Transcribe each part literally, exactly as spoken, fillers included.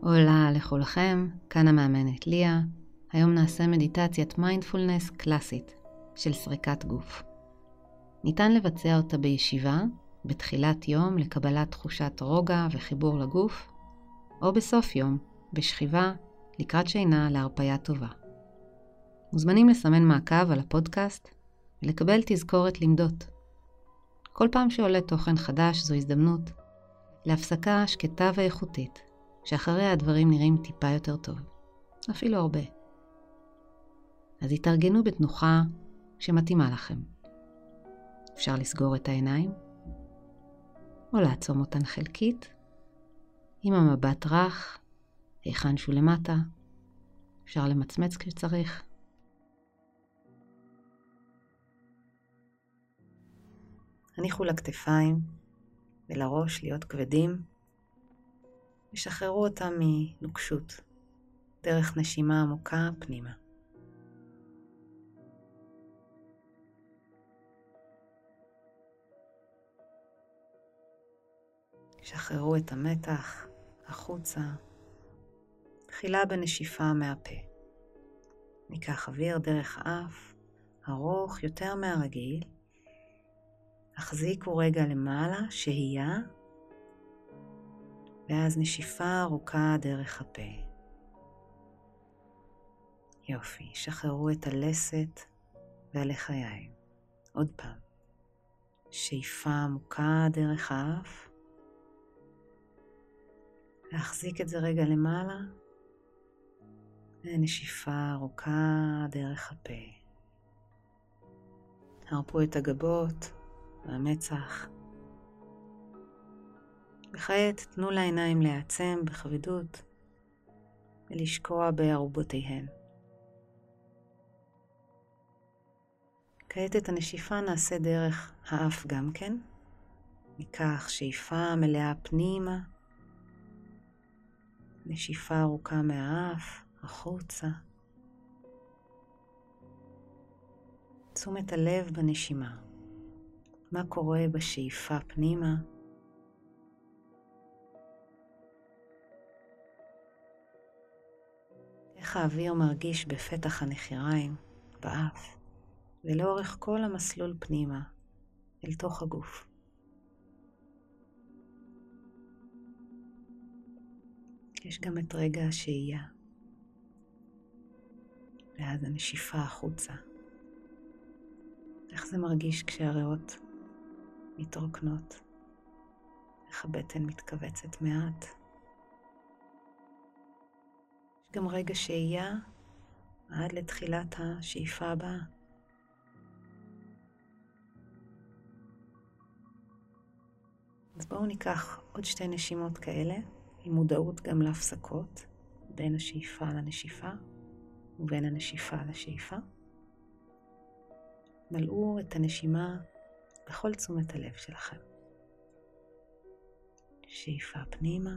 הולה לכולכם, כאן המאמנת ליה. היום נעשה מדיטציית מיינדפולנס קלאסית של סריקת גוף. ניתן לבצע אותה בישיבה, בתחילת יום לקבלת תחושת רוגע וחיבור לגוף, או בסוף יום, בשכיבה, לקראת שינה להרפאיה טובה. מוזמנים לסמן מעקב על הפודקאסט ולקבל תזכורת למדות. כל פעם שעולה תוכן חדש זו הזדמנות להפסקה שקטה ואיכותית, שאחריה הדברים נראים טיפה יותר טוב, אפילו הרבה. אז התארגנו בתנוחה שמתאימה לכם. אפשר לסגור את העיניים, או לעצום אותן חלקית, עם המבט רך, היכן שהוא למטה, אפשר למצמץ כשצריך. הניחו לכתפיים ולראש להיות כבדים, ושחררו אותם מנוקשות, דרך נשימה עמוקה פנימה. שחררו את המתח החוצה, תחילה בנשיפה מהפה. ניקח אוויר דרך האף, ארוך יותר מהרגיל. החזיקו רגע למעלה, שהייה, ואז נשיפה ארוכה דרך הפה. יופי, שחררו את הלסת והלחיים. עוד פעם. שאיפה עמוקה דרך האף. להחזיק את זה רגע למעלה. ונשיפה ארוכה דרך הפה. הרפו את הגבות והמצח. וכעת תנו לעיניים להעצם בכבדות ולשקוע בערובותיהן. כעת את הנשיפה נעשה דרך האף גם כן. ניקח שאיפה מלאה פנימה, נשיפה ארוכה מהאף החוצה. תשומת הלב בנשימה. מה קורה בשאיפה פנימה? איך האוויר מרגיש בפתח הנחיריים, באף, ולאורך כל המסלול פנימה, אל תוך הגוף. יש גם את רגע השהייה, ואז הנשיפה החוצה. איך זה מרגיש כשהריאות מתרוקנות, איך הבטן מתכווצת מעט. יש גם רגע שהייה עד לתחילת השאיפה הבאה. אז בואו ניקח עוד שתי נשימות כאלה, עם מודעות גם להפסקות, בין השאיפה לנשיפה, ובין הנשיפה לשאיפה. מלאו את הנשימה בכל תשומת הלב שלכם. שאיפה פנימה,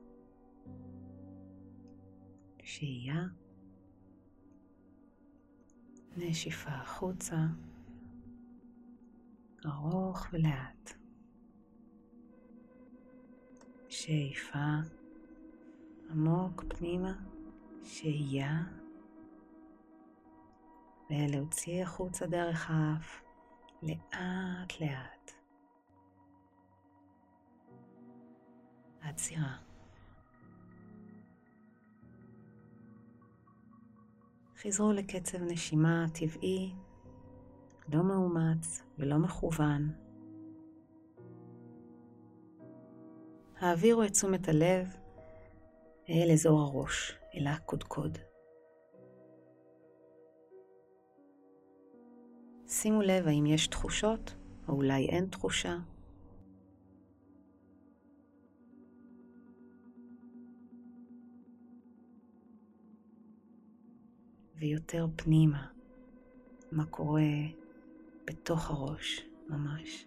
שהייה, נשיפה החוצה, ארוך ולאט. שאיפה עמוק פנימה, שהייה, ולהוציא החוצה דרך האף, לאט לאט. עצירה. חזרו לקצב נשימה טבעי, לא מאומץ ולא מכוון. העבירו את תשומת הלב אל אזור הראש, אל הקודקוד. שימו לב האם יש תחושות, או אולי אין תחושה. ויותר פנימה, מה קורה בתוך הראש ממש.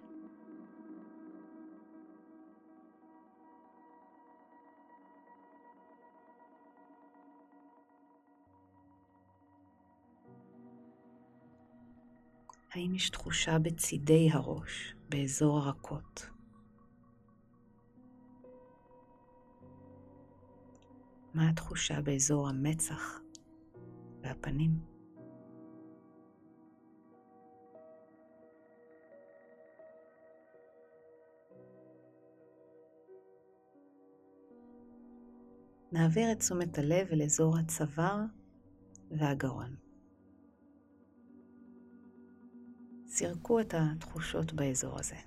האם יש תחושה בצידי הראש, באזור הרכות? מה התחושה באזור המצח והפנים? נעביר את תשומת הלב אל אזור הצוואר והגרון. סרקו את התחושות באזור הזה.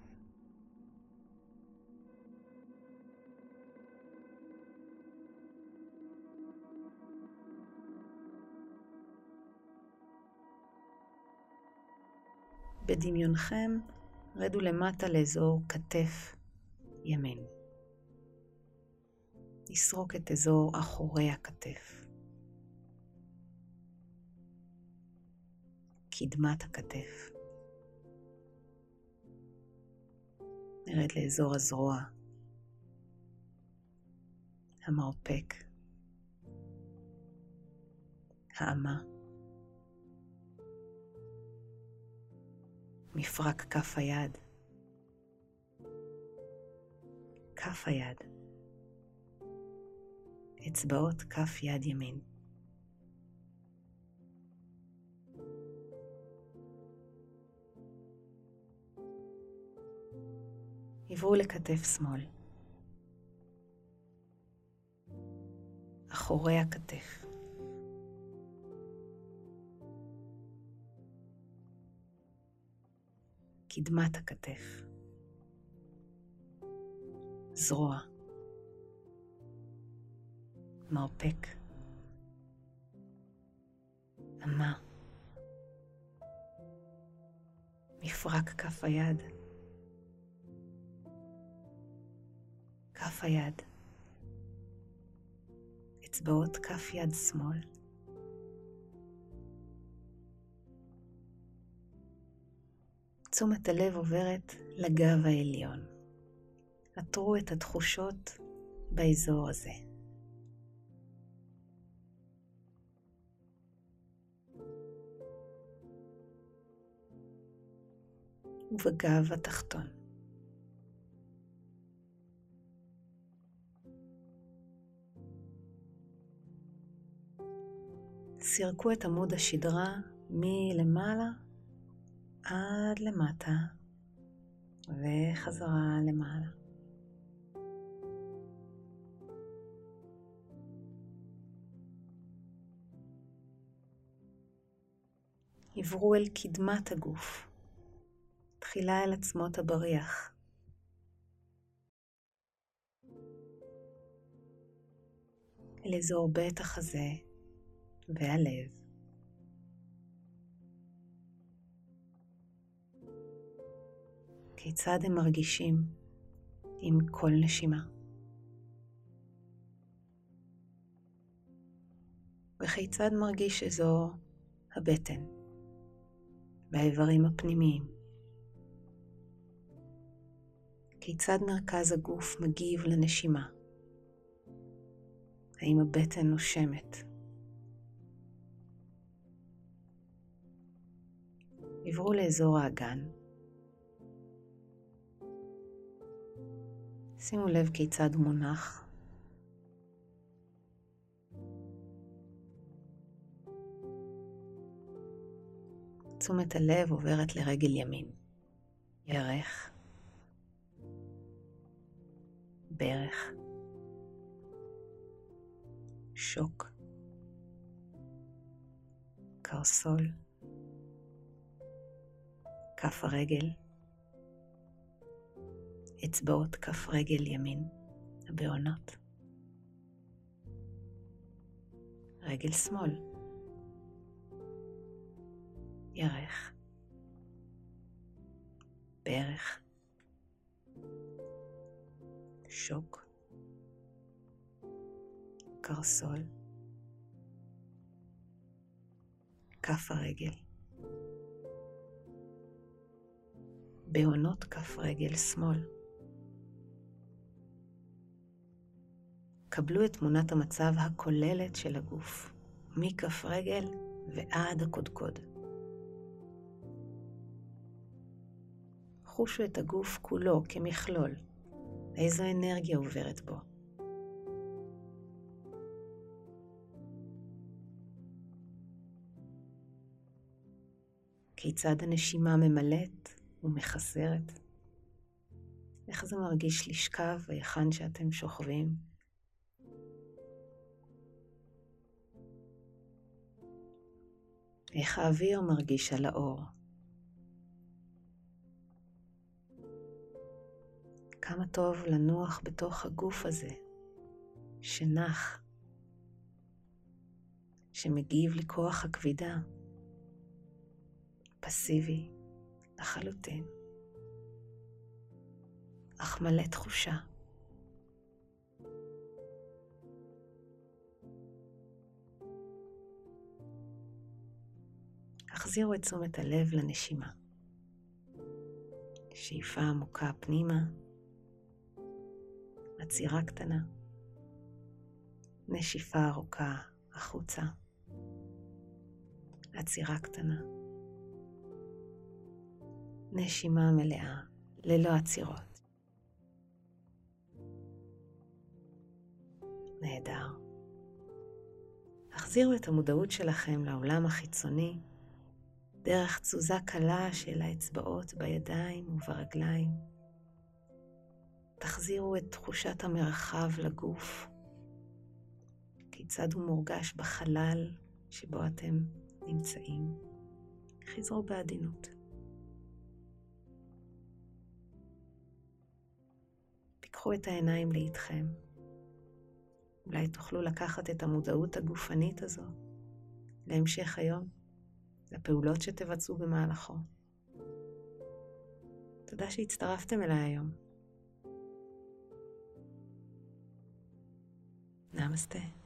בדמיונכם רדו למטה לאזור כתף ימין. נסרוק את אזור אחורי הכתף, קדמת הכתף. נרד לאזור הזרוע, המרפק, האמה, מפרק כף היד, כף היד, אצבעות כף יד ימין. עברו לכתף שמאל, אחורי הכתף, קדמת הכתף, זרוע, מרפק, אמה, מפרק כף היד, כף היד, אצבעות כף יד שמאל, תשומת הלב עוברת לגב העליון. עטרו את התחושות באזור הזה. ובגב התחתון. סרקו את עמוד השדרה מלמעלה עד למטה וחזרה למעלה. עברו אל קדמת הגוף, תחילה אל עצמות הבריח. אל אזור בית החזה והלב. כיצד הם מרגישים עם כל נשימה? וכיצד מרגיש אזור הבטן והאיברים הפנימיים? כיצד מרכז הגוף מגיב לנשימה? האם הבטן נושמת? עברו לאזור האגן. שימו לב כיצד הוא מונח. תשומת הלב עוברת לרגל ימין. ירך, ברך, שוק, קרסול, כף הרגל, אצבעות כף רגל ימין, הבעונות, רגל שמאל, ירך, ברך, שוק, קרסול, כף הרגל, בעונות כף רגל שמאל. קבלו את תמונת המצב הכוללת של הגוף, מכף רגל ועד הקודקוד. חושו את הגוף כולו כמכלול, איזו אנרגיה עוברת בו. כיצד הנשימה ממלאת ומחסרת. איך זה מרגיש לשכב היכן שאתם שוכבים. איך האוויר מרגיש על האור. כמה טוב לנוח בתוך הגוף הזה, שנח, שמגיב לכוח הכבידה, פסיבי לחלוטין, אך מלא תחושה. החזירו את תשומת הלב לנשימה. שאיפה עמוקה פנימה, עצירה קטנה, נשיפה ארוכה החוצה, עצירה קטנה, נשימה מלאה ללא עצירות. נהדר. החזירו את המודעות שלכם לעולם החיצוני דרך תזוזה קלה של האצבעות בידיים וברגליים. תחזירו את תחושת המרחב לגוף, כיצד הוא מורגש בחלל שבו אתם נמצאים. חזרו בעדינות. פיקחו את העיניים לאיתכם. אולי תוכלו לקחת את המודעות הגופנית הזו להמשך היום, לפעולות שתבצעו במהלכו. תודה שהצטרפתם אליי היום. נמסטה.